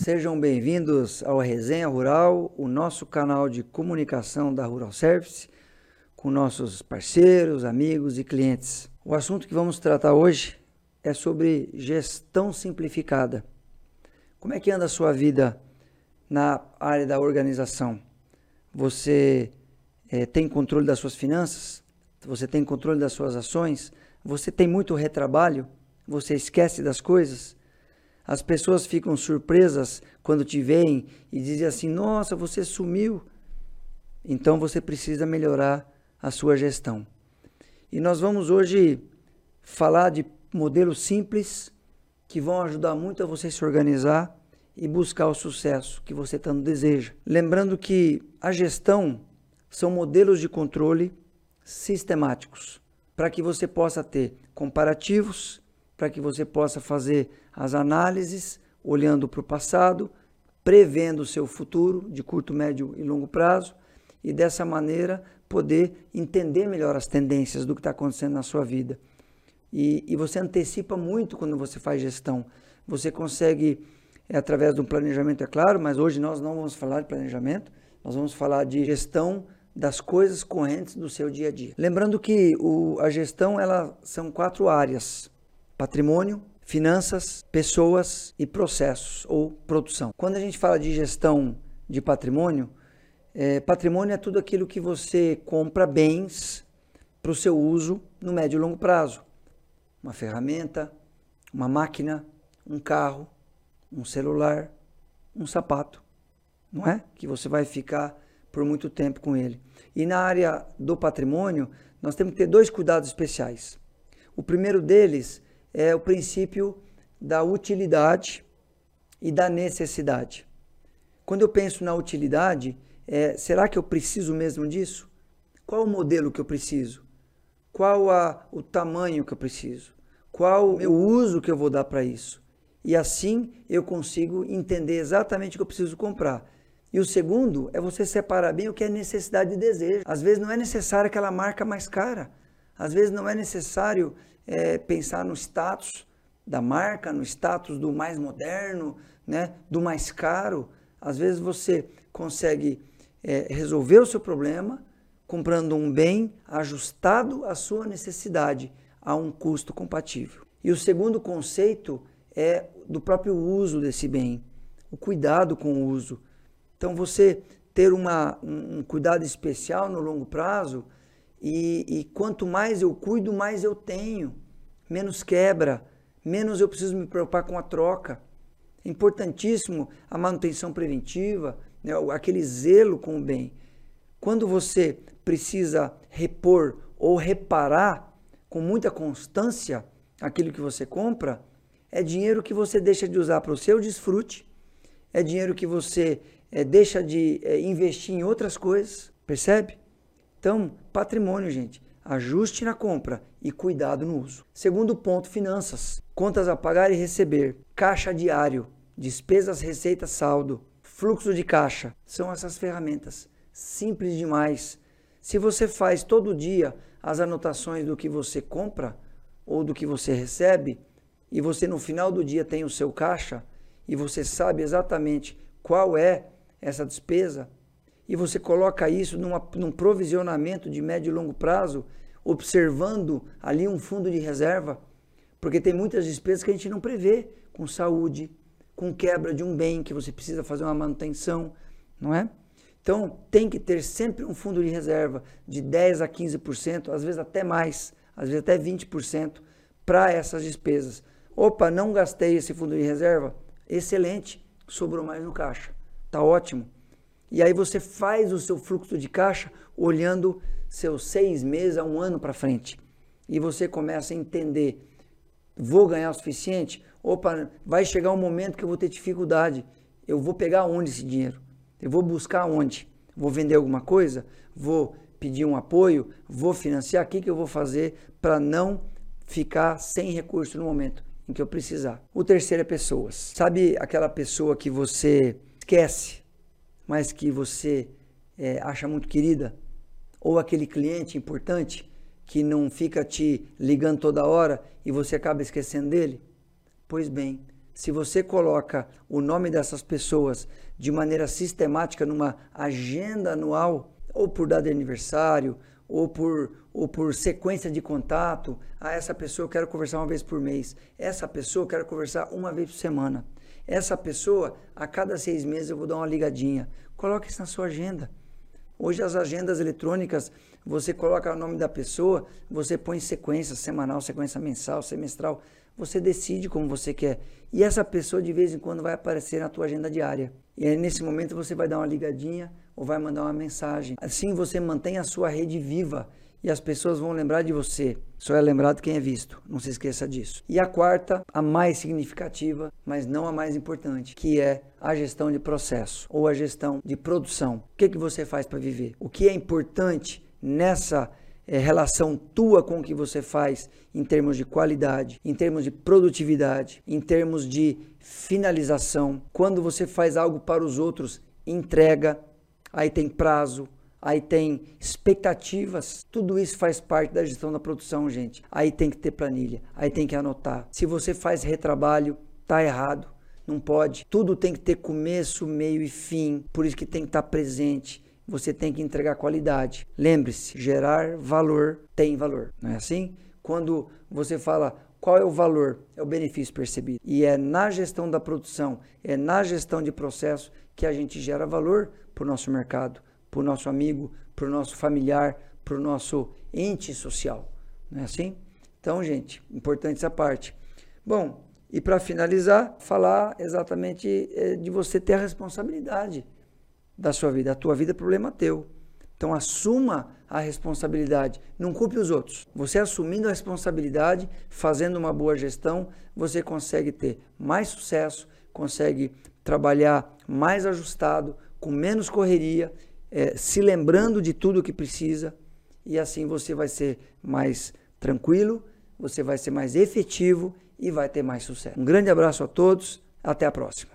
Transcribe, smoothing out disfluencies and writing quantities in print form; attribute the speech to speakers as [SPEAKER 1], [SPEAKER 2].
[SPEAKER 1] Sejam bem-vindos ao Resenha Rural, o nosso canal de comunicação da Rural Service, com nossos parceiros, amigos e clientes. O assunto que vamos tratar hoje é sobre gestão simplificada. Como é que anda a sua vida na área da organização? Você tem controle das suas finanças? Você tem controle das suas ações? Você tem muito retrabalho? Você esquece das coisas? As pessoas ficam surpresas quando te veem e dizem assim: nossa, você sumiu. Então você precisa melhorar a sua gestão. E nós vamos hoje falar de modelos simples que vão ajudar muito a você se organizar e buscar o sucesso que você tanto deseja. Lembrando que a gestão são modelos de controle sistemáticos para que você possa ter comparativos, para que você possa fazer as análises olhando para o passado, prevendo o seu futuro de curto, médio e longo prazo e dessa maneira poder entender melhor as tendências do que está acontecendo na sua vida. E você antecipa muito quando você faz gestão. Você consegue, através de um planejamento, é claro, mas hoje nós não vamos falar de planejamento, nós vamos falar de gestão das coisas correntes do seu dia a dia. Lembrando que a gestão são 4 áreas: patrimônio, finanças, pessoas e processos ou produção. Quando a gente fala de gestão de patrimônio, patrimônio é tudo aquilo que você compra bens para o seu uso no médio e longo prazo. Uma ferramenta, uma máquina, um carro, um celular, um sapato, não é? Que você vai ficar por muito tempo com ele. E na área do patrimônio, nós temos que ter 2 cuidados especiais. O primeiro deles é o princípio da utilidade e da necessidade. Quando eu penso na utilidade, será que eu preciso mesmo disso? Qual o modelo que eu preciso? Qual o tamanho que eu preciso? Qual o uso que eu vou dar para isso? E assim eu consigo entender exatamente o que eu preciso comprar. E o segundo é você separar bem o que é necessidade e desejo. Às vezes não é necessário aquela marca mais cara. Às vezes não é necessário pensar no status da marca, no status do mais moderno, né, do mais caro. Às vezes você consegue resolver o seu problema comprando um bem ajustado à sua necessidade, a um custo compatível. E o segundo conceito é do próprio uso desse bem, o cuidado com o uso. Então você ter um cuidado especial no longo prazo. E quanto mais eu cuido, mais eu tenho, menos quebra, menos eu preciso me preocupar com a troca. É importantíssimo a manutenção preventiva, né, aquele zelo com o bem. Quando você precisa repor ou reparar com muita constância aquilo que você compra, é dinheiro que você deixa de usar para o seu desfrute, é dinheiro que você deixa de investir em outras coisas, percebe? Então, patrimônio, gente, ajuste na compra e cuidado no uso. Segundo ponto, finanças. Contas a pagar e receber, caixa diário, despesas, receitas, saldo, fluxo de caixa. São essas ferramentas simples demais. Se você faz todo dia as anotações do que você compra ou do que você recebe, e você no final do dia tem o seu caixa, e você sabe exatamente qual é essa despesa, e você coloca isso num provisionamento de médio e longo prazo, observando ali um fundo de reserva, porque tem muitas despesas que a gente não prevê, com saúde, com quebra de um bem que você precisa fazer uma manutenção, não é? Então, tem que ter sempre um fundo de reserva de 10% a 15%, às vezes até mais, às vezes até 20% para essas despesas. Opa, não gastei esse fundo de reserva? Excelente, sobrou mais no caixa, tá ótimo. E aí você faz o seu fluxo de caixa olhando seus 6 meses a 1 ano para frente. E você começa a entender, vou ganhar o suficiente? Opa, vai chegar um momento que eu vou ter dificuldade. Eu vou pegar onde esse dinheiro? Eu vou buscar onde? Vou vender alguma coisa? Vou pedir um apoio? Vou financiar? O que eu vou fazer para não ficar sem recurso no momento em que eu precisar? O terceiro é pessoas. Sabe aquela pessoa que você esquece, mas que você acha muito querida? Ou aquele cliente importante que não fica te ligando toda hora e você acaba esquecendo dele? Pois bem, Se você coloca o nome dessas pessoas de maneira sistemática numa agenda anual, ou por data de aniversário, ou por sequência de contato, essa pessoa eu quero conversar uma vez por mês, essa pessoa eu quero conversar uma vez por semana, essa pessoa a cada 6 meses eu vou dar uma ligadinha. Coloque isso na sua agenda. Hoje as agendas eletrônicas, você coloca o nome da pessoa, você põe sequência semanal, sequência mensal, semestral, você decide como você quer. E essa pessoa de vez em quando vai aparecer na tua agenda diária. E aí, nesse momento você vai dar uma ligadinha ou vai mandar uma mensagem. Assim você mantém a sua rede viva e as pessoas vão lembrar de você. Só é lembrado quem é visto, não se esqueça disso. E a quarta, a mais significativa, mas não a mais importante, que é a gestão de processo ou a gestão de produção. O que você faz para viver? O que é importante nessa relação tua com o que você faz em termos de qualidade, em termos de produtividade, em termos de finalização. Quando você faz algo para os outros, entrega, aí tem prazo, aí tem expectativas, tudo isso faz parte da gestão da produção, gente. Aí tem que ter planilha, aí tem que anotar. Se você faz retrabalho, tá errado, não pode. Tudo tem que ter começo, meio e fim, por isso que tem que estar presente. Você tem que entregar qualidade. Lembre-se, gerar valor tem valor, não é assim? Quando você fala qual é o valor, é o benefício percebido. E é na gestão da produção, é na gestão de processo que a gente gera valor para o nosso mercado, para o nosso amigo, para o nosso familiar, para o nosso ente social, não é assim? Então, gente, importante essa parte. Bom, e para finalizar, falar exatamente de você ter a responsabilidade da sua vida. A tua vida é problema teu. Então assuma a responsabilidade, não culpe os outros. Você assumindo a responsabilidade, fazendo uma boa gestão, você consegue ter mais sucesso, consegue trabalhar mais ajustado, com menos correria, se lembrando de tudo o que precisa, e assim você vai ser mais tranquilo, você vai ser mais efetivo e vai ter mais sucesso. Um grande abraço a todos, até a próxima.